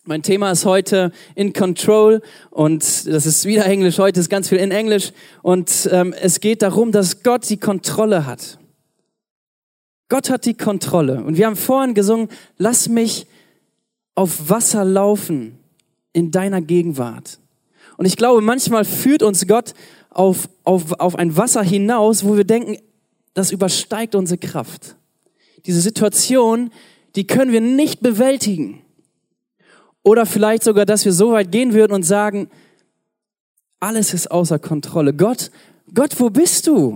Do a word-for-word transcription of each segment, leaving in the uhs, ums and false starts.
Mein Thema ist heute in Control und das ist wieder Englisch, heute ist ganz viel in Englisch und ähm, es geht darum, dass Gott die Kontrolle hat. Gott hat die Kontrolle und wir haben vorhin gesungen, lass mich auf Wasser laufen in deiner Gegenwart. Und ich glaube, manchmal führt uns Gott auf, auf, auf ein Wasser hinaus, wo wir denken, das übersteigt unsere Kraft. Diese Situation, die können wir nicht bewältigen. Oder vielleicht sogar, dass wir so weit gehen würden und sagen, alles ist außer Kontrolle. Gott, Gott, wo bist du?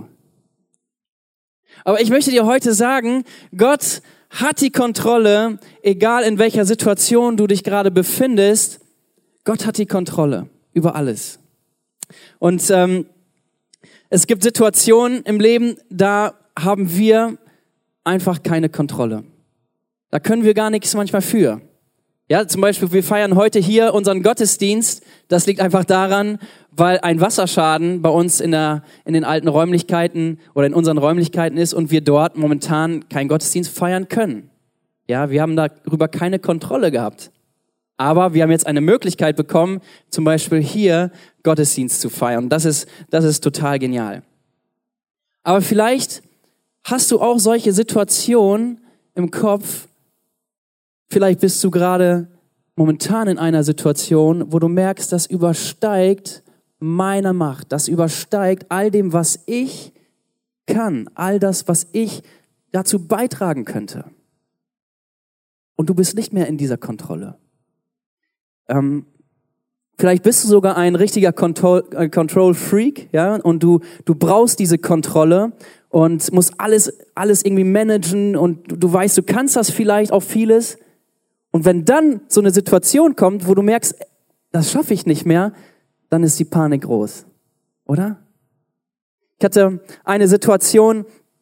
Aber ich möchte dir heute sagen, Gott hat die Kontrolle, egal in welcher Situation du dich gerade befindest. Gott hat die Kontrolle über alles. Und ähm, es gibt Situationen im Leben, da haben wir einfach keine Kontrolle. Da können wir gar nichts manchmal für. Ja, zum Beispiel, wir feiern heute hier unseren Gottesdienst. Das liegt einfach daran, weil ein Wasserschaden bei uns in der, in den alten Räumlichkeiten oder in unseren Räumlichkeiten ist und wir dort momentan keinen Gottesdienst feiern können. Ja, wir haben darüber keine Kontrolle gehabt. Aber wir haben jetzt eine Möglichkeit bekommen, zum Beispiel hier Gottesdienst zu feiern. Das ist, das ist total genial. Aber vielleicht hast du auch solche Situationen im Kopf. Vielleicht bist du gerade momentan in einer Situation, wo du merkst, das übersteigt meiner Macht. Das übersteigt all dem, was ich kann. All das, was ich dazu beitragen könnte. Und du bist nicht mehr in dieser Kontrolle. Ähm, vielleicht bist du sogar ein richtiger Control, äh, Control-Freak, ja, und du, du brauchst diese Kontrolle und musst alles, alles irgendwie managen und du, du weißt, du kannst das vielleicht auch vieles. Und wenn dann so eine Situation kommt, wo du merkst, das schaffe ich nicht mehr, dann ist die Panik groß, oder? Ich hatte eine Situation,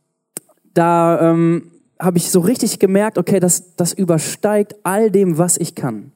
da ähm, habe ich so richtig gemerkt, okay, das, das übersteigt all dem, was ich kann.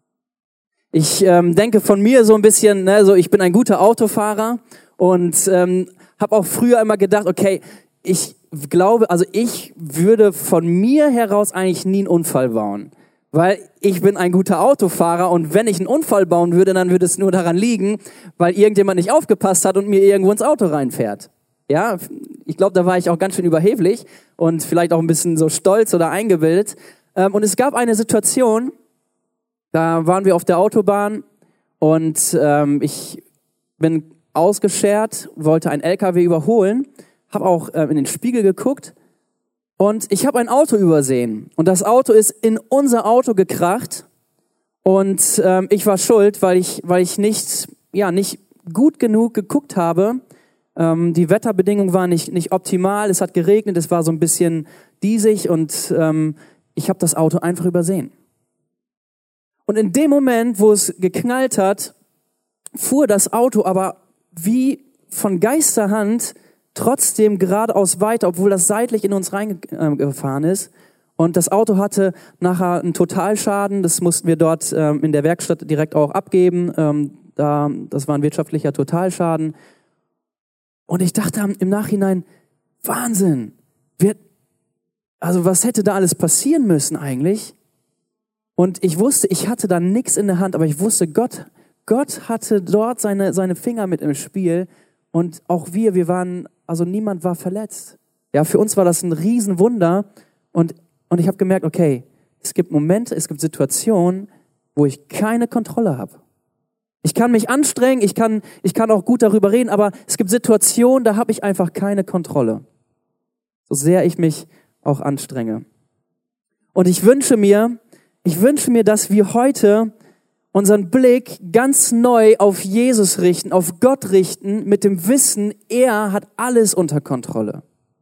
Ich ähm, denke von mir so ein bisschen, ne, so ich bin ein guter Autofahrer und ähm, habe auch früher immer gedacht, okay, ich glaube, also ich würde von mir heraus eigentlich nie einen Unfall bauen. Weil ich bin ein guter Autofahrer und wenn ich einen Unfall bauen würde, dann würde es nur daran liegen, weil irgendjemand nicht aufgepasst hat und mir irgendwo ins Auto reinfährt. Ja, ich glaube, da war ich auch ganz schön überheblich und vielleicht auch ein bisschen so stolz oder eingebildet. Und es gab eine Situation, da waren wir auf der Autobahn und ähm, ich bin ausgeschert, wollte einen L K W überholen, habe auch äh, in den Spiegel geguckt. Und ich habe ein Auto übersehen und das Auto ist in unser Auto gekracht und ähm, ich war schuld, weil ich weil ich nicht ja nicht gut genug geguckt habe. Ähm, die Wetterbedingungen waren nicht nicht optimal, es hat geregnet, es war so ein bisschen diesig und ähm, ich habe das Auto einfach übersehen. Und in dem Moment, wo es geknallt hat, fuhr das Auto aber wie von Geisterhand trotzdem geradeaus weiter, obwohl das seitlich in uns reingefahren ist. Und das Auto hatte nachher einen Totalschaden. Das mussten wir dort ähm, in der Werkstatt direkt auch abgeben. Ähm, da, das war ein wirtschaftlicher Totalschaden. Und ich dachte im Nachhinein, Wahnsinn. Wir, also was hätte da alles passieren müssen eigentlich? Und ich wusste, ich hatte da nichts in der Hand, aber ich wusste, Gott, Gott hatte dort seine, seine Finger mit im Spiel. Und auch wir, wir waren, also niemand war verletzt. Ja, für uns war das ein Riesenwunder. Und, und ich habe gemerkt, okay, es gibt Momente, es gibt Situationen, wo ich keine Kontrolle habe. Ich kann mich anstrengen, ich kann, ich kann auch gut darüber reden, aber es gibt Situationen, da habe ich einfach keine Kontrolle. So sehr ich mich auch anstrenge. Und ich wünsche mir, ich wünsche mir, dass wir heute unseren Blick ganz neu auf Jesus richten, auf Gott richten, mit dem Wissen, er hat alles unter Kontrolle.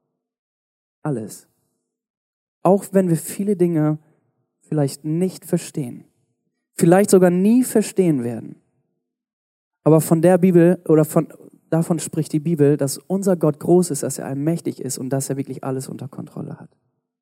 Alles. Auch wenn wir viele Dinge vielleicht nicht verstehen. Vielleicht sogar nie verstehen werden. Aber von der Bibel oder von, davon spricht die Bibel, dass unser Gott groß ist, dass er allmächtig ist und dass er wirklich alles unter Kontrolle hat.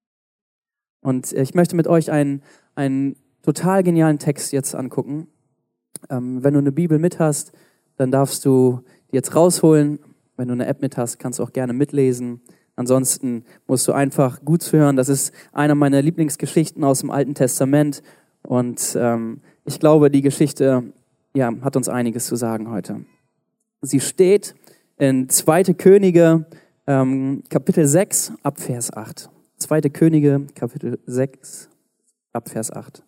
Und ich möchte mit euch einen, einen total genialen Text jetzt angucken. Ähm, wenn du eine Bibel mit hast, dann darfst du die jetzt rausholen. Wenn du eine App mit hast, kannst du auch gerne mitlesen. Ansonsten musst du einfach gut zuhören. Das ist eine meiner Lieblingsgeschichten aus dem Alten Testament. Und ähm, ich glaube, die Geschichte ja, hat uns einiges zu sagen heute. Sie steht in zweite Könige, ähm, Kapitel sechs, ab Vers acht. zweite Könige, Kapitel sechs, ab Vers acht.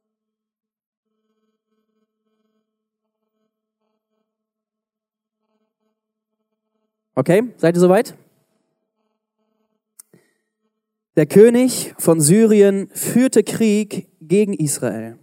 Okay, seid ihr soweit? Der König von Syrien führte Krieg gegen Israel.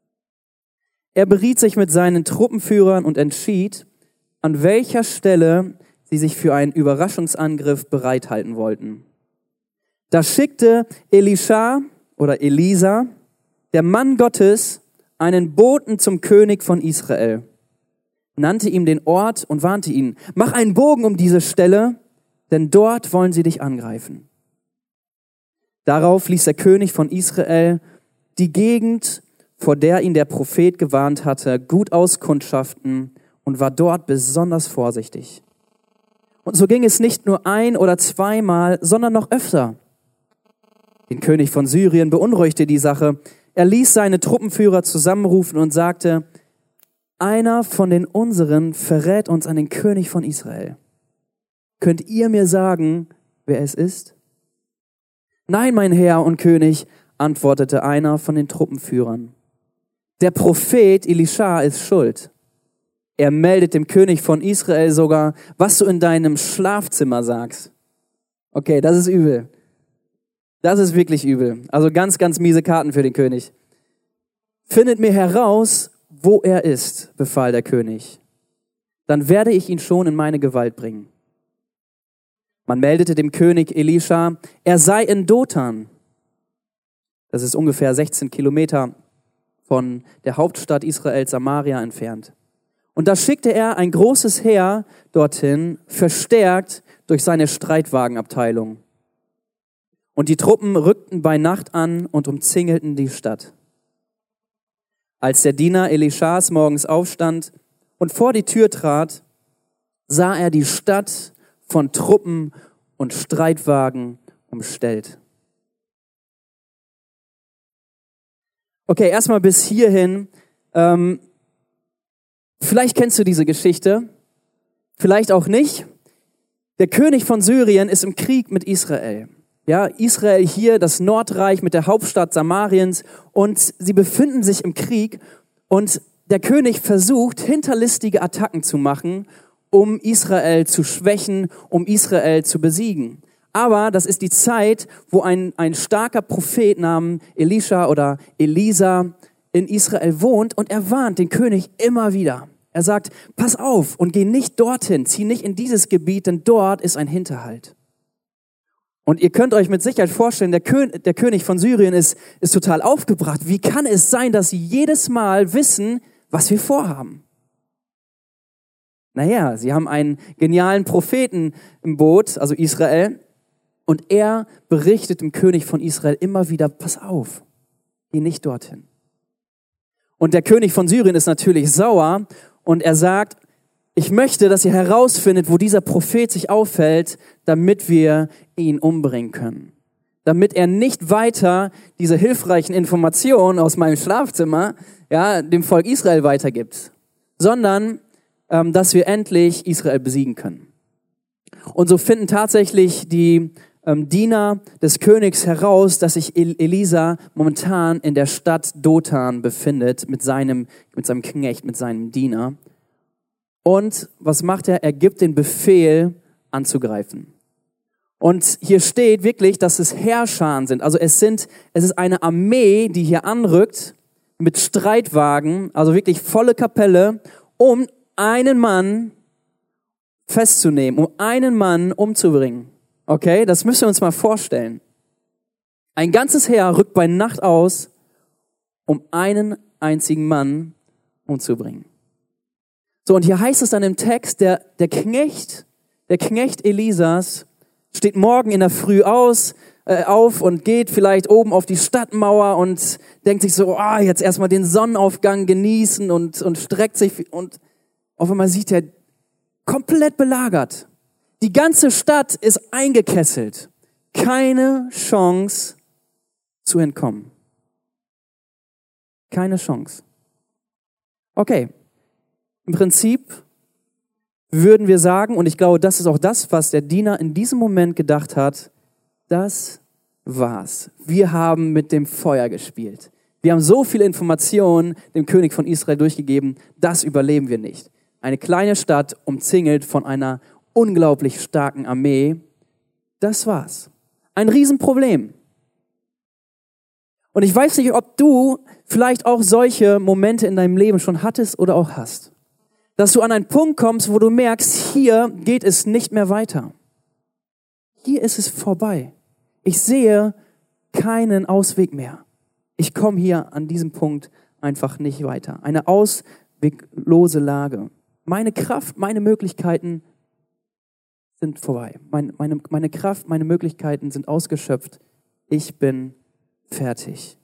Er beriet sich mit seinen Truppenführern und entschied, an welcher Stelle sie sich für einen Überraschungsangriff bereithalten wollten. Da schickte Elisha oder Elisa, der Mann Gottes, einen Boten zum König von Israel, nannte ihm den Ort und warnte ihn: Mach einen Bogen um diese Stelle, denn dort wollen sie dich angreifen. Darauf ließ der König von Israel die Gegend, vor der ihn der Prophet gewarnt hatte, gut auskundschaften und war dort besonders vorsichtig. Und so ging es nicht nur ein- oder zweimal, sondern noch öfter. Den König von Syrien beunruhigte die Sache. Er ließ seine Truppenführer zusammenrufen und sagte: Einer von den unseren verrät uns an den König von Israel. Könnt ihr mir sagen, wer es ist? Nein, mein Herr und König, antwortete einer von den Truppenführern. Der Prophet Elisha ist schuld. Er meldet dem König von Israel sogar, was du in deinem Schlafzimmer sagst. Okay, das ist übel. Das ist wirklich übel. Also ganz, ganz miese Karten für den König. Findet mir heraus, wo er ist, befahl der König. Dann werde ich ihn schon in meine Gewalt bringen. Man meldete dem König Elisha, er sei in Dothan. Das ist ungefähr sechzehn Kilometer von der Hauptstadt Israel, Samaria, entfernt. Und da schickte er ein großes Heer dorthin, verstärkt durch seine Streitwagenabteilung. Und die Truppen rückten bei Nacht an und umzingelten die Stadt. Als der Diener Elishas morgens aufstand und vor die Tür trat, sah er die Stadt von Truppen und Streitwagen umstellt. Okay, erstmal bis hierhin. Ähm, vielleicht kennst du diese Geschichte, vielleicht auch nicht. Der König von Syrien ist im Krieg mit Israel. Ja, Israel hier, das Nordreich mit der Hauptstadt Samariens, und sie befinden sich im Krieg und der König versucht, hinterlistige Attacken zu machen, um Israel zu schwächen, um Israel zu besiegen. Aber das ist die Zeit, wo ein, ein starker Prophet namens Elisha oder Elisa in Israel wohnt und er warnt den König immer wieder. Er sagt, pass auf und geh nicht dorthin, zieh nicht in dieses Gebiet, denn dort ist ein Hinterhalt. Und ihr könnt euch mit Sicherheit vorstellen, der, Kön- der König von Syrien ist, ist total aufgebracht. Wie kann es sein, dass sie jedes Mal wissen, was wir vorhaben? Naja, sie haben einen genialen Propheten im Boot, also Israel, und er berichtet dem König von Israel immer wieder, pass auf, geh nicht dorthin. Und der König von Syrien ist natürlich sauer und er sagt, ich möchte, dass ihr herausfindet, wo dieser Prophet sich aufhält, damit wir ihn umbringen können. Damit er nicht weiter diese hilfreichen Informationen aus meinem Schlafzimmer, ja, dem Volk Israel weitergibt, sondern ähm, dass wir endlich Israel besiegen können. Und so finden tatsächlich die ähm, Diener des Königs heraus, dass sich El- Elisa momentan in der Stadt Dothan befindet mit seinem, mit seinem Knecht, mit seinem Diener. Und was macht er? Er gibt den Befehl, anzugreifen. Und hier steht wirklich, dass es Heerscharen sind. Also es sind, es ist eine Armee, die hier anrückt mit Streitwagen, also wirklich volle Kapelle, um einen Mann festzunehmen, um einen Mann umzubringen. Okay, das müssen wir uns mal vorstellen. Ein ganzes Heer rückt bei Nacht aus, um einen einzigen Mann umzubringen. So, und hier heißt es dann im Text, der, der Knecht, der Knecht Elisas steht morgen in der Früh aus, äh, auf und geht vielleicht oben auf die Stadtmauer und denkt sich so, ah, jetzt erstmal den Sonnenaufgang genießen und, und streckt sich und auf einmal sieht er komplett belagert. Die ganze Stadt ist eingekesselt. Keine Chance zu entkommen. Keine Chance. Okay, im Prinzip würden wir sagen, und ich glaube, das ist auch das, was der Diener in diesem Moment gedacht hat, das war's. Wir haben mit dem Feuer gespielt. Wir haben so viele Informationen dem König von Israel durchgegeben, das überleben wir nicht. Eine kleine Stadt, umzingelt von einer unglaublich starken Armee, das war's. Ein Riesenproblem. Und ich weiß nicht, ob du vielleicht auch solche Momente in deinem Leben schon hattest oder auch hast. Dass du an einen Punkt kommst, wo du merkst, hier geht es nicht mehr weiter. Hier ist es vorbei. Ich sehe keinen Ausweg mehr. Ich komme hier an diesem Punkt einfach nicht weiter. Eine ausweglose Lage. Meine Kraft, meine Möglichkeiten sind vorbei. Meine, meine, meine Kraft, meine Möglichkeiten sind ausgeschöpft. Ich bin fertig.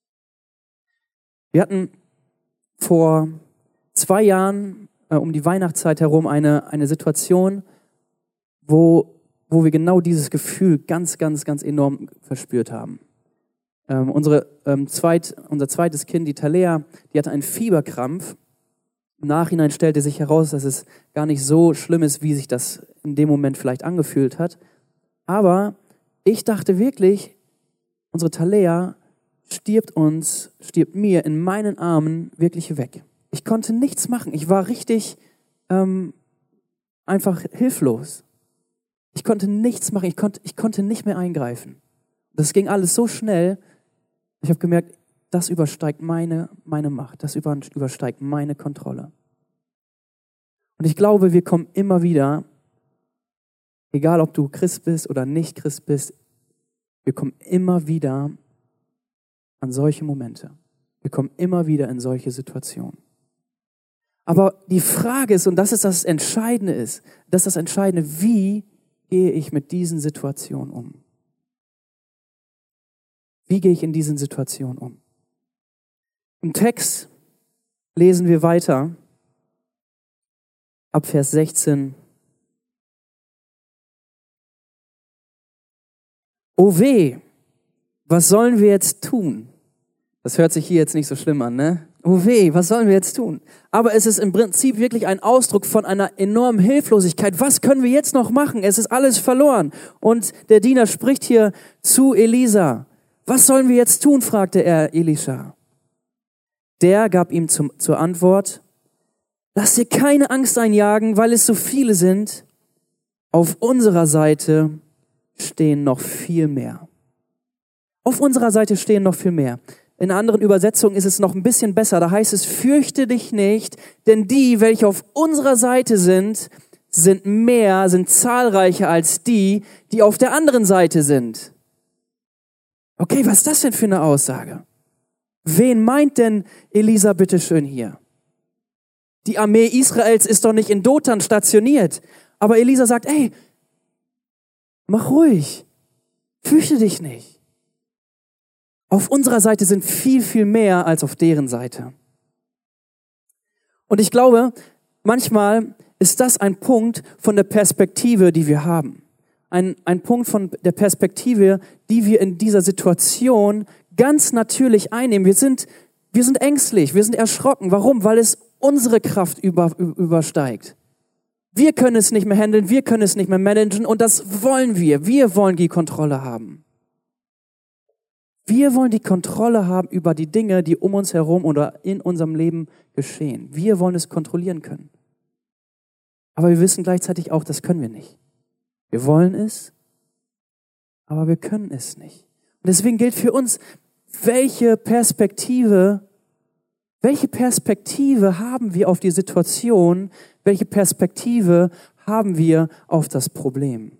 Wir hatten vor zwei Jahren äh, um die Weihnachtszeit herum eine, eine Situation, wo, wo wir genau dieses Gefühl ganz, ganz, ganz enorm verspürt haben. Ähm, unsere, ähm, zweit, unser zweites Kind, die Talea, die hatte einen Fieberkrampf. Im Nachhinein stellte sich heraus, dass es gar nicht so schlimm ist, wie sich das in dem Moment vielleicht angefühlt hat. Aber ich dachte wirklich, unsere Talea stirbt uns, stirbt mir in meinen Armen wirklich weg. Ich konnte nichts machen. Ich war richtig ähm, einfach hilflos. Ich konnte nichts machen. Ich konnte, ich konnte nicht mehr eingreifen. Das ging alles so schnell. Ich habe gemerkt, das übersteigt meine, meine Macht. Das über, übersteigt meine Kontrolle. Und ich glaube, wir kommen immer wieder, egal ob du Christ bist oder nicht Christ bist, wir kommen immer wieder an solche Momente. Wir kommen immer wieder in solche Situationen. Aber die Frage ist, und das ist das Entscheidende ist, das ist das Entscheidende, wie gehe ich mit diesen Situationen um? Wie gehe ich in diesen Situationen um? Im Text lesen wir weiter, ab Vers sechzehn. Oh weh, was sollen wir jetzt tun? Das hört sich hier jetzt nicht so schlimm an, ne? Oh weh, was sollen wir jetzt tun? Aber es ist im Prinzip wirklich ein Ausdruck von einer enormen Hilflosigkeit. Was können wir jetzt noch machen? Es ist alles verloren. Und der Diener spricht hier zu Elisa. Was sollen wir jetzt tun? Fragte er Elisha. Der gab ihm zum, zur Antwort, lass dir keine Angst einjagen, weil es so viele sind. Auf unserer Seite stehen noch viel mehr. Auf unserer Seite stehen noch viel mehr. In anderen Übersetzungen ist es noch ein bisschen besser. Da heißt es, fürchte dich nicht, denn die, welche auf unserer Seite sind, sind mehr, sind zahlreicher als die, die auf der anderen Seite sind. Okay, was ist das denn für eine Aussage? Wen meint denn Elisa bitteschön hier? Die Armee Israels ist doch nicht in Dothan stationiert. Aber Elisa sagt, ey, mach ruhig, fürchte dich nicht. Auf unserer Seite sind viel, viel mehr als auf deren Seite. Und ich glaube, manchmal ist das ein Punkt von der Perspektive, die wir haben. Ein, ein Punkt von der Perspektive, die wir in dieser Situation ganz natürlich einnehmen. Wir sind, wir sind ängstlich, wir sind erschrocken. Warum? Weil es unsere Kraft über, übersteigt. Wir können es nicht mehr handeln, wir können es nicht mehr managen und das wollen wir. Wir wollen die Kontrolle haben. Wir wollen die Kontrolle haben über die Dinge, die um uns herum oder in unserem Leben geschehen. Wir wollen es kontrollieren können. Aber wir wissen gleichzeitig auch, das können wir nicht. Wir wollen es, aber wir können es nicht. Und deswegen gilt für uns, welche Perspektive, welche Perspektive haben wir auf die Situation, welche Perspektive haben wir auf das Problem?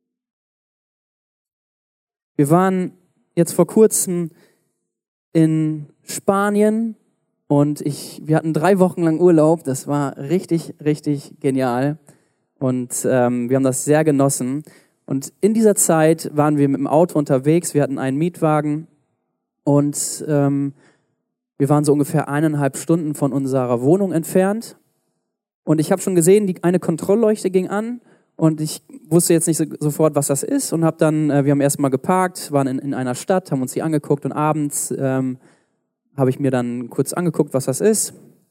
Wir waren jetzt vor kurzem in Spanien und ich, wir hatten drei Wochen lang Urlaub. Das war richtig, richtig genial und ähm, wir haben das sehr genossen. Und in dieser Zeit waren wir mit dem Auto unterwegs. Wir hatten einen Mietwagen und ähm, wir waren so ungefähr eineinhalb Stunden von unserer Wohnung entfernt. Und ich habe schon gesehen, die eine Kontrollleuchte ging an. Und ich wusste jetzt nicht so, sofort, was das ist und habe dann, äh, wir haben erstmal geparkt, waren in, in einer Stadt, haben uns die angeguckt und abends ähm, habe ich mir dann kurz angeguckt, was das ist.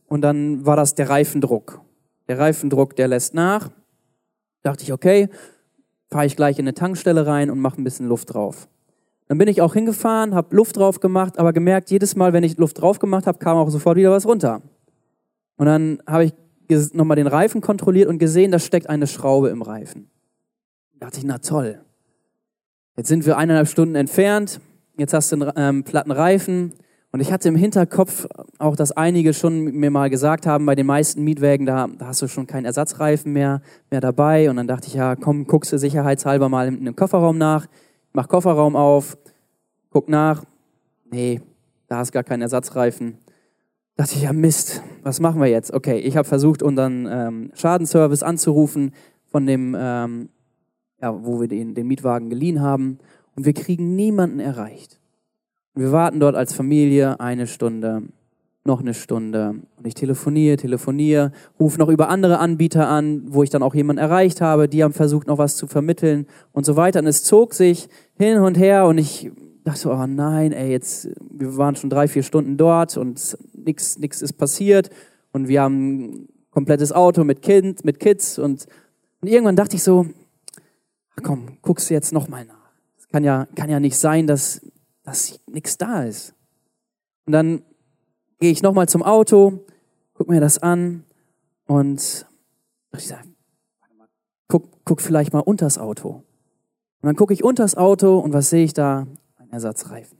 und dann war das der Reifendruck. Der Reifendruck, der lässt nach. Dachte ich, okay, fahre ich gleich in eine Tankstelle rein und mache ein bisschen Luft drauf. Dann bin ich auch hingefahren, habe Luft drauf gemacht, aber gemerkt, jedes Mal, wenn ich Luft drauf gemacht habe, kam auch sofort wieder was runter. Und dann habe ich nochmal den Reifen kontrolliert und gesehen, da steckt eine Schraube im Reifen. Da dachte ich, na toll. Jetzt sind wir eineinhalb Stunden entfernt, jetzt hast du einen ähm, platten Reifen. Und ich hatte im Hinterkopf auch, dass einige schon mir mal gesagt haben, bei den meisten Mietwägen, da, da hast du schon keinen Ersatzreifen mehr, mehr dabei. Und dann dachte ich, ja komm, guckst du sicherheitshalber mal in einem Kofferraum nach. Ich mach Kofferraum auf, guck nach. Nee, da ist gar kein Ersatzreifen. Da dachte ich, ja Mist, was machen wir jetzt? Okay, ich habe versucht, unseren ähm, Schadenservice anzurufen, von dem, ähm, ja, wo wir den, den Mietwagen geliehen haben. Und wir kriegen niemanden erreicht. Und wir warten dort als Familie eine Stunde, noch eine Stunde. Und ich telefoniere, telefoniere, rufe noch über andere Anbieter an, wo ich dann auch jemanden erreicht habe. Die haben versucht, noch was zu vermitteln und so weiter. Und es zog sich hin und her und ich dachte, oh nein, ey, jetzt, wir waren schon drei, vier Stunden dort und nichts nichts ist passiert. Und wir haben ein komplettes Auto mit Kind, mit Kids. Und, und irgendwann dachte ich so, ach komm, guckst du jetzt nochmal nach. Es kann ja, kann ja nicht sein, dass dass nichts da ist. Und dann gehe ich nochmal zum Auto, guck mir das an und ich sage, guck, guck vielleicht mal unters Auto. Und dann gucke ich unters Auto und was sehe ich da? Ein Ersatzreifen.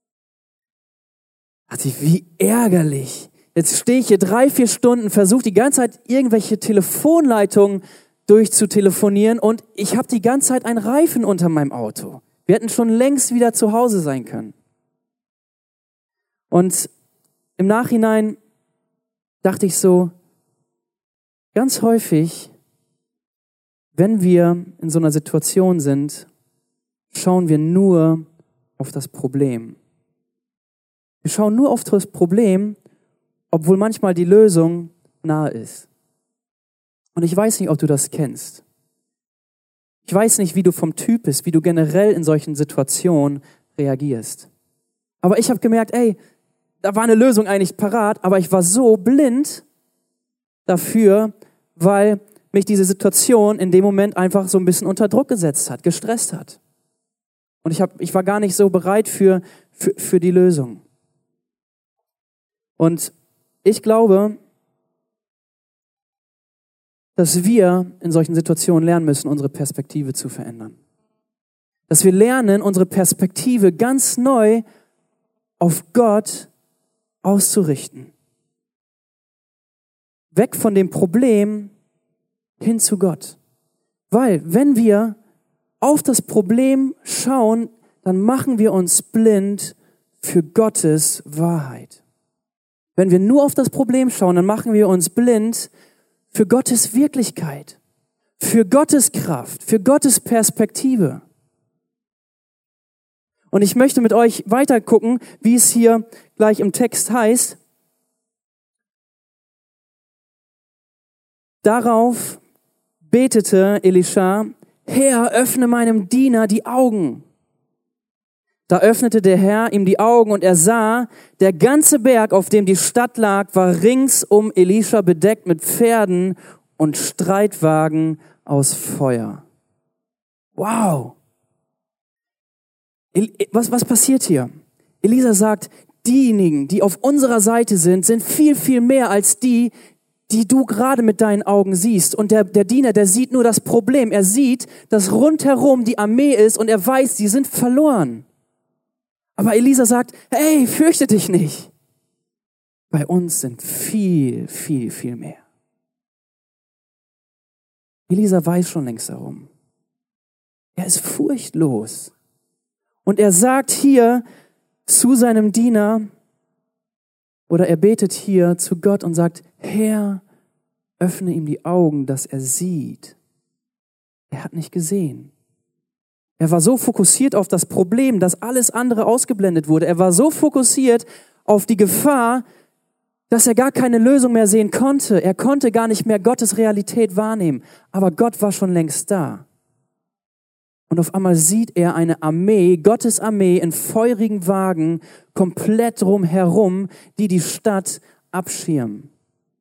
Da dachte ich, wie ärgerlich. Jetzt stehe ich hier drei, vier Stunden, versuche die ganze Zeit irgendwelche Telefonleitungen durchzutelefonieren und ich habe die ganze Zeit einen Reifen unter meinem Auto. Wir hätten schon längst wieder zu Hause sein können. Und im Nachhinein dachte ich so, ganz häufig, wenn wir in so einer Situation sind, schauen wir nur auf das Problem. Wir schauen nur auf das Problem, obwohl manchmal die Lösung nahe ist. Und ich weiß nicht, ob du das kennst. Ich weiß nicht, wie du vom Typ bist, wie du generell in solchen Situationen reagierst. Aber ich habe gemerkt, ey, da war eine Lösung eigentlich parat, aber ich war so blind dafür, weil mich diese Situation in dem Moment einfach so ein bisschen unter Druck gesetzt hat, gestresst hat. Und ich, hab, ich war gar nicht so bereit für, für, für die Lösung. Und ich glaube, dass wir in solchen Situationen lernen müssen, unsere Perspektive zu verändern. Dass wir lernen, unsere Perspektive ganz neu auf Gott auszurichten. Weg von dem Problem hin zu Gott. Weil wenn wir auf das Problem schauen, dann machen wir uns blind für Gottes Wahrheit. Wenn wir nur auf das Problem schauen, dann machen wir uns blind für Gottes Wirklichkeit, für Gottes Kraft, für Gottes Perspektive. Und ich möchte mit euch weiter gucken, wie es hier gleich im Text heißt. Darauf betete Elisha, Herr, öffne meinem Diener die Augen. Da öffnete der Herr ihm die Augen und er sah, der ganze Berg, auf dem die Stadt lag, war rings um Elisha bedeckt mit Pferden und Streitwagen aus Feuer. Wow! Was, was passiert hier? Elisa sagt, diejenigen, die auf unserer Seite sind, sind viel, viel mehr als die, die du gerade mit deinen Augen siehst. Und der, der Diener, der sieht nur das Problem. Er sieht, dass rundherum die Armee ist und er weiß, sie sind verloren. Aber Elisa sagt, hey, fürchte dich nicht. Bei uns sind viel, viel, viel mehr. Elisa weiß schon längst darum. Er ist furchtlos. Und er sagt hier zu seinem Diener, oder er betet hier zu Gott und sagt, Herr, öffne ihm die Augen, dass er sieht. Er hat nicht gesehen. Er war so fokussiert auf das Problem, dass alles andere ausgeblendet wurde. Er war so fokussiert auf die Gefahr, dass er gar keine Lösung mehr sehen konnte. Er konnte gar nicht mehr Gottes Realität wahrnehmen. Aber Gott war schon längst da. Und auf einmal sieht er eine Armee, Gottes Armee in feurigen Wagen, komplett drumherum, die die Stadt abschirmen.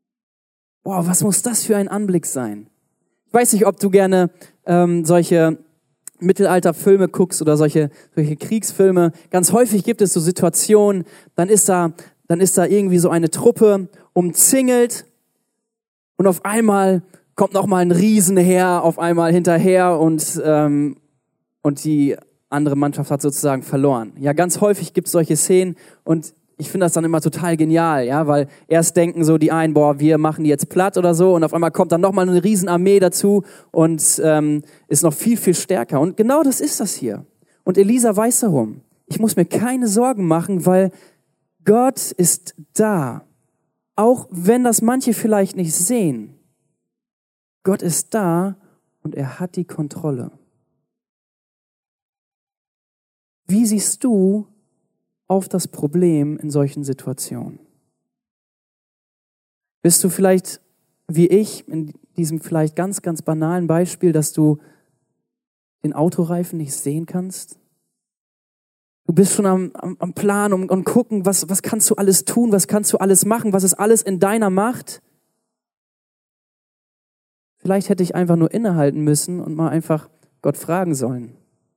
Boah, was muss das für ein Anblick sein? Ich weiß nicht, ob du gerne ähm, solche Mittelalterfilme guckst oder solche, solche Kriegsfilme. Ganz häufig gibt es so Situationen, dann ist da, dann ist da irgendwie so eine Truppe umzingelt und auf einmal kommt noch mal ein Riesenheer auf einmal hinterher und, ähm, und die andere Mannschaft hat sozusagen verloren. Ja, ganz häufig gibt es solche Szenen und ich finde das dann immer total genial, ja, weil erst denken so die einen, boah, wir machen die jetzt platt oder so und auf einmal kommt dann nochmal eine Riesenarmee dazu und ähm, ist noch viel, viel stärker. Und genau das ist das hier. Und Elisa weiß darum. Ich muss mir keine Sorgen machen, weil Gott ist da. Auch wenn das manche vielleicht nicht sehen. Gott ist da und er hat die Kontrolle. Wie siehst du auf das Problem in solchen Situationen? Bist du vielleicht wie ich in diesem vielleicht ganz, ganz banalen Beispiel, dass du den Autoreifen nicht sehen kannst? Du bist schon am, am, am Plan und, und gucken, was, was kannst du alles tun, was kannst du alles machen, was ist alles in deiner Macht? Vielleicht hätte ich einfach nur innehalten müssen und mal einfach Gott fragen sollen.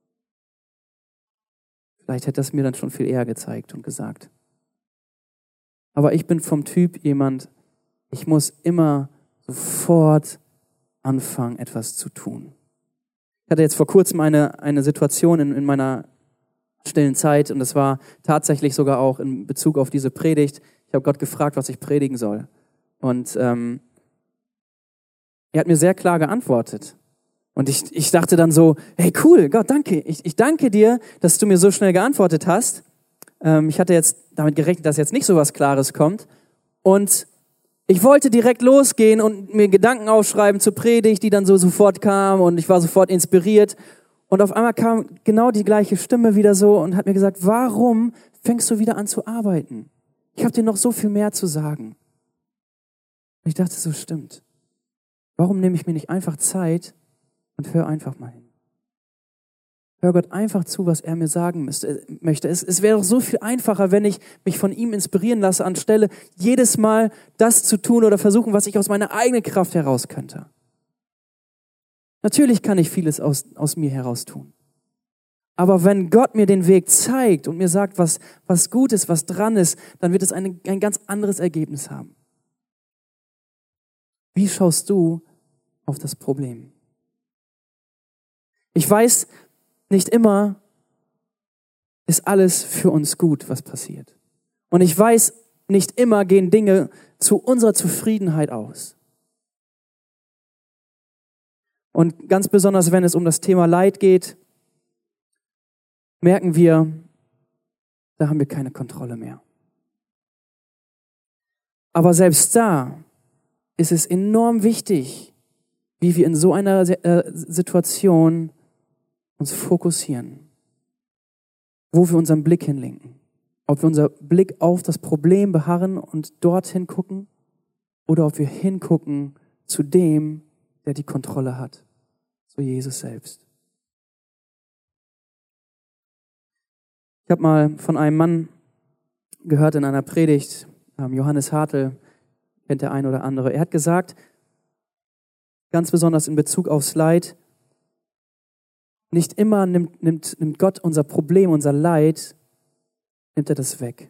Vielleicht hätte er es mir dann schon viel eher gezeigt und gesagt. Aber ich bin vom Typ jemand, ich muss immer sofort anfangen, etwas zu tun. Ich hatte jetzt vor kurzem eine, eine Situation in, in meiner stillen Zeit und das war tatsächlich sogar auch in Bezug auf diese Predigt. Ich habe Gott gefragt, was ich predigen soll. Und ähm, er hat mir sehr klar geantwortet. Und ich, ich dachte dann so, hey cool, Gott, danke. Ich, ich danke dir, dass du mir so schnell geantwortet hast. Ähm, ich hatte jetzt damit gerechnet, dass jetzt nicht so was Klares kommt. Und ich wollte direkt losgehen und mir Gedanken aufschreiben zur Predigt, die dann so sofort kam und ich war sofort inspiriert. Und auf einmal kam genau die gleiche Stimme wieder so und hat mir gesagt, warum fängst du wieder an zu arbeiten? Ich habe dir noch so viel mehr zu sagen. Und ich dachte, so stimmt. Warum nehme ich mir nicht einfach Zeit und hör einfach mal hin. Hör Gott einfach zu, was er mir sagen müsste, möchte. Es, es wäre doch so viel einfacher, wenn ich mich von ihm inspirieren lasse, anstelle jedes Mal das zu tun oder versuchen, was ich aus meiner eigenen Kraft heraus könnte. Natürlich kann ich vieles aus, aus mir heraus tun. Aber wenn Gott mir den Weg zeigt und mir sagt, was, was gut ist, was dran ist, dann wird es eine, ein ganz anderes Ergebnis haben. Wie schaust du auf das Problem? Ich weiß, nicht immer ist alles für uns gut, was passiert. Und ich weiß, nicht immer gehen Dinge zu unserer Zufriedenheit aus. Und ganz besonders, wenn es um das Thema Leid geht, merken wir, da haben wir keine Kontrolle mehr. Aber selbst da ist es enorm wichtig, wie wir in so einer Situation uns fokussieren, wo wir unseren Blick hinlenken. Ob wir unseren Blick auf das Problem beharren und dorthin gucken oder ob wir hingucken zu dem, der die Kontrolle hat, so Jesus selbst. Ich habe mal von einem Mann gehört in einer Predigt, Johannes Hartl, kennt der ein oder andere. Er hat gesagt, ganz besonders in Bezug aufs Leid, nicht immer nimmt, nimmt, nimmt Gott unser Problem, unser Leid, nimmt er das weg.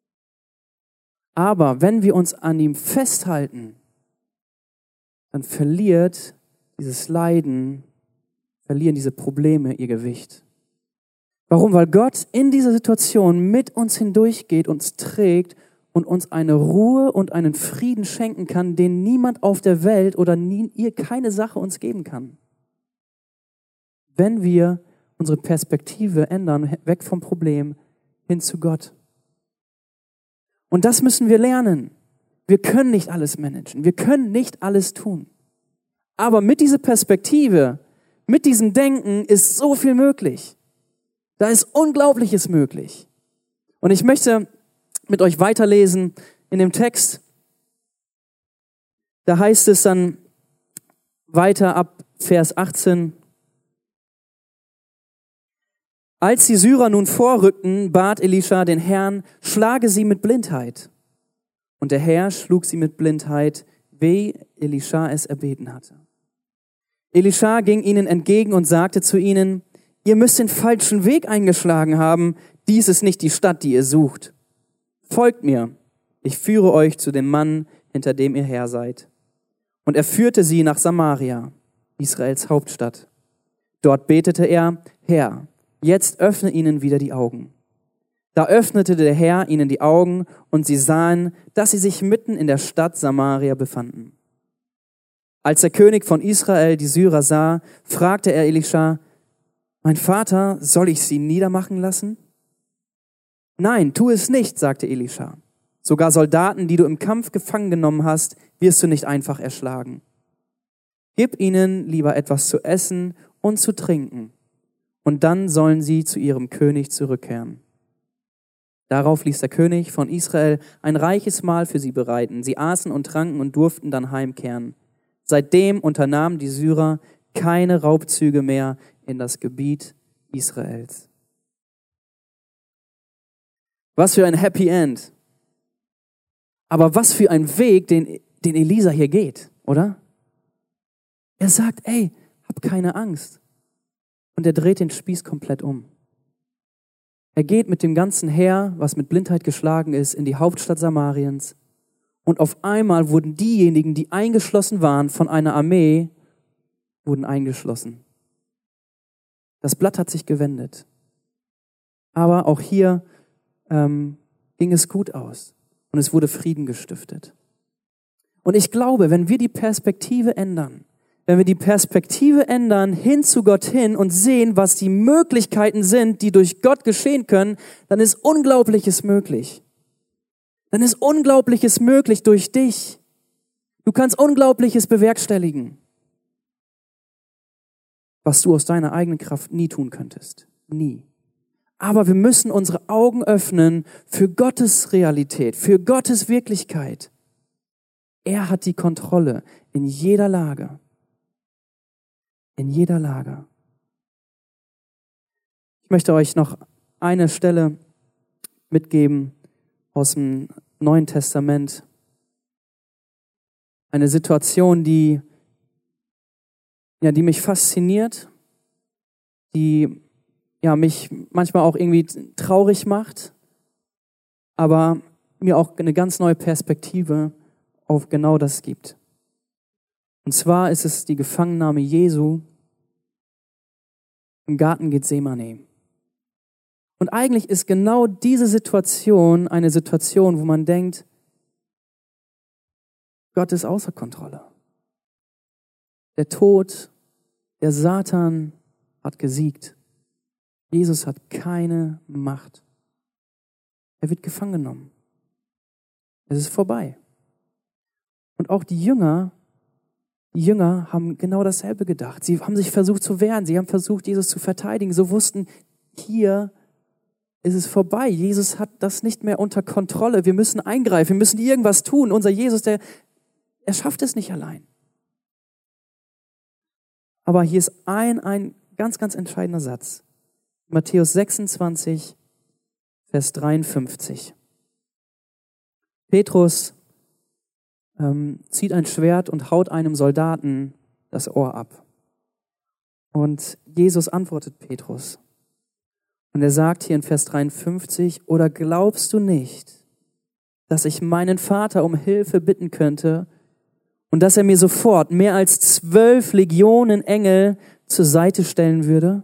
Aber wenn wir uns an ihm festhalten, dann verliert dieses Leiden, verlieren diese Probleme ihr Gewicht. Warum? Weil Gott in dieser Situation mit uns hindurchgeht, uns trägt und uns eine Ruhe und einen Frieden schenken kann, den niemand auf der Welt oder nie, ihr keine Sache uns geben kann. Wenn wir unsere Perspektive ändern, weg vom Problem hin zu Gott. Und das müssen wir lernen. Wir können nicht alles managen. Wir können nicht alles tun. Aber mit dieser Perspektive, mit diesem Denken ist so viel möglich. Da ist Unglaubliches möglich. Und ich möchte mit euch weiterlesen in dem Text. Da heißt es dann weiter ab Vers achtzehn. Als die Syrer nun vorrückten, bat Elisha den Herrn, schlage sie mit Blindheit. Und der Herr schlug sie mit Blindheit wie Elisha es erbeten hatte. Elisha ging ihnen entgegen und sagte zu ihnen, ihr müsst den falschen Weg eingeschlagen haben, dies ist nicht die Stadt, die ihr sucht. Folgt mir, ich führe euch zu dem Mann, hinter dem ihr her seid. Und er führte sie nach Samaria, Israels Hauptstadt. Dort betete er, Herr, jetzt öffne ihnen wieder die Augen. Da öffnete der Herr ihnen die Augen und sie sahen, dass sie sich mitten in der Stadt Samaria befanden. Als der König von Israel die Syrer sah, fragte er Elisha, mein Vater, soll ich sie niedermachen lassen? Nein, tu es nicht, sagte Elisha. Sogar Soldaten, die du im Kampf gefangen genommen hast, wirst du nicht einfach erschlagen. Gib ihnen lieber etwas zu essen und zu trinken, und dann sollen sie zu ihrem König zurückkehren. Darauf ließ der König von Israel ein reiches Mahl für sie bereiten. Sie aßen und tranken und durften dann heimkehren. Seitdem unternahmen die Syrer keine Raubzüge mehr in das Gebiet Israels. Was für ein Happy End. Aber was für ein Weg, den, den Elisa hier geht, oder? Er sagt, ey, hab keine Angst. Und er dreht den Spieß komplett um. Er geht mit dem ganzen Heer, was mit Blindheit geschlagen ist, in die Hauptstadt Samariens. Und auf einmal wurden diejenigen, die eingeschlossen waren von einer Armee, wurden eingeschlossen. Das Blatt hat sich gewendet. Aber auch hier ähm, ging es gut aus. Und es wurde Frieden gestiftet. Und ich glaube, wenn wir die Perspektive ändern, wenn wir die Perspektive ändern hin zu Gott hin und sehen, was die Möglichkeiten sind, die durch Gott geschehen können, dann ist Unglaubliches möglich. Dann ist Unglaubliches möglich durch dich. Du kannst Unglaubliches bewerkstelligen, was du aus deiner eigenen Kraft nie tun könntest. Nie. Aber wir müssen unsere Augen öffnen für Gottes Realität, für Gottes Wirklichkeit. Er hat die Kontrolle in jeder Lage. In jeder Lage. Ich möchte euch noch eine Stelle mitgeben aus dem Neuen Testament. Eine Situation, die, ja, die mich fasziniert, die ja, mich manchmal auch irgendwie traurig macht, aber mir auch eine ganz neue Perspektive auf genau das gibt. Und zwar ist es die Gefangennahme Jesu im Garten Gethsemane. Und eigentlich ist genau diese Situation eine Situation, wo man denkt, Gott ist außer Kontrolle. Der Tod, der Satan hat gesiegt. Jesus hat keine Macht. Er wird gefangen genommen. Es ist vorbei. Und auch die Jünger, die Jünger haben genau dasselbe gedacht. Sie haben sich versucht zu wehren. Sie haben versucht, Jesus zu verteidigen. So wussten, hier ist es vorbei. Jesus hat das nicht mehr unter Kontrolle. Wir müssen eingreifen. Wir müssen irgendwas tun. Unser Jesus, der, er schafft es nicht allein. Aber hier ist ein, ein ganz, ganz entscheidender Satz. Matthäus sechsundzwanzig, Vers dreiundfünfzig. Petrus ähm, zieht ein Schwert und haut einem Soldaten das Ohr ab. Und Jesus antwortet Petrus. Und er sagt hier in Vers dreiundfünfzig, oder glaubst du nicht, dass ich meinen Vater um Hilfe bitten könnte und dass er mir sofort mehr als zwölf Legionen Engel zur Seite stellen würde?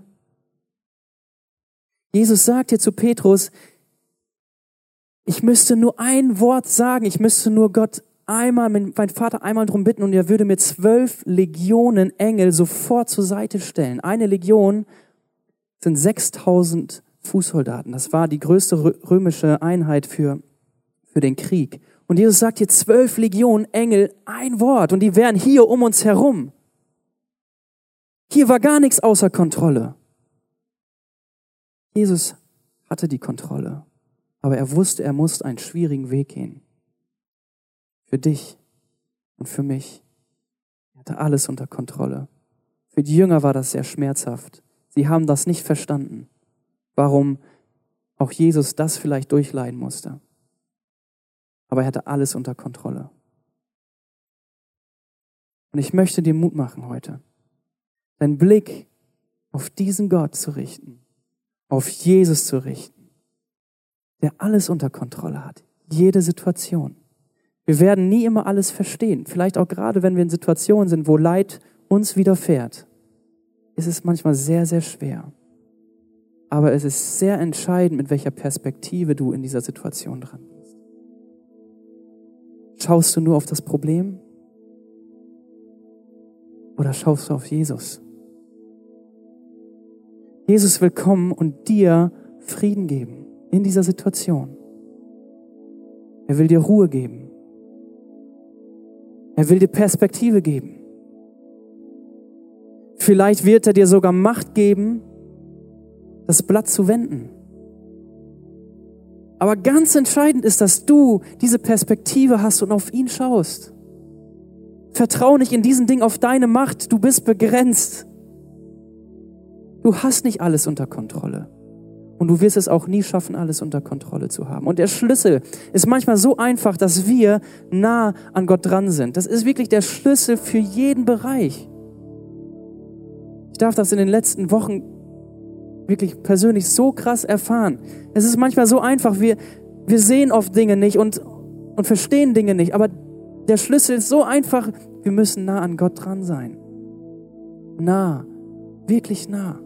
Jesus sagt hier zu Petrus, ich müsste nur ein Wort sagen, ich müsste nur Gott einmal, mein Vater einmal drum bitten und er würde mir zwölf Legionen Engel sofort zur Seite stellen. Eine Legion sind sechstausend Fußsoldaten. Das war die größte römische Einheit für, für den Krieg. Und Jesus sagt hier zwölf Legionen Engel, ein Wort und die wären hier um uns herum. Hier war gar nichts außer Kontrolle. Jesus hatte die Kontrolle, aber er wusste, er musste einen schwierigen Weg gehen. Für dich und für mich. Er hatte alles unter Kontrolle. Für die Jünger war das sehr schmerzhaft. Sie haben das nicht verstanden, warum auch Jesus das vielleicht durchleiden musste. Aber er hatte alles unter Kontrolle. Und ich möchte dir Mut machen heute, deinen Blick auf diesen Gott zu richten, auf Jesus zu richten, der alles unter Kontrolle hat, jede Situation. Wir werden nie immer alles verstehen. Vielleicht auch gerade, wenn wir in Situationen sind, wo Leid uns widerfährt, ist es manchmal sehr, sehr schwer. Aber es ist sehr entscheidend, mit welcher Perspektive du in dieser Situation dran bist. Schaust du nur auf das Problem? Oder schaust du auf Jesus? Jesus will kommen und dir Frieden geben in dieser Situation. Er will dir Ruhe geben. Er will dir Perspektive geben. Vielleicht wird er dir sogar Macht geben, das Blatt zu wenden. Aber ganz entscheidend ist, dass du diese Perspektive hast und auf ihn schaust. Vertrau nicht in diesen Dingen auf deine Macht. Du bist begrenzt. Du hast nicht alles unter Kontrolle. Und du wirst es auch nie schaffen, alles unter Kontrolle zu haben. Und der Schlüssel ist manchmal so einfach, dass wir nah an Gott dran sind. Das ist wirklich der Schlüssel für jeden Bereich. Ich darf das in den letzten Wochen wirklich persönlich so krass erfahren. Es ist manchmal so einfach, wir, wir sehen oft Dinge nicht und, und verstehen Dinge nicht. Aber der Schlüssel ist so einfach, wir müssen nah an Gott dran sein. Nah, wirklich nah.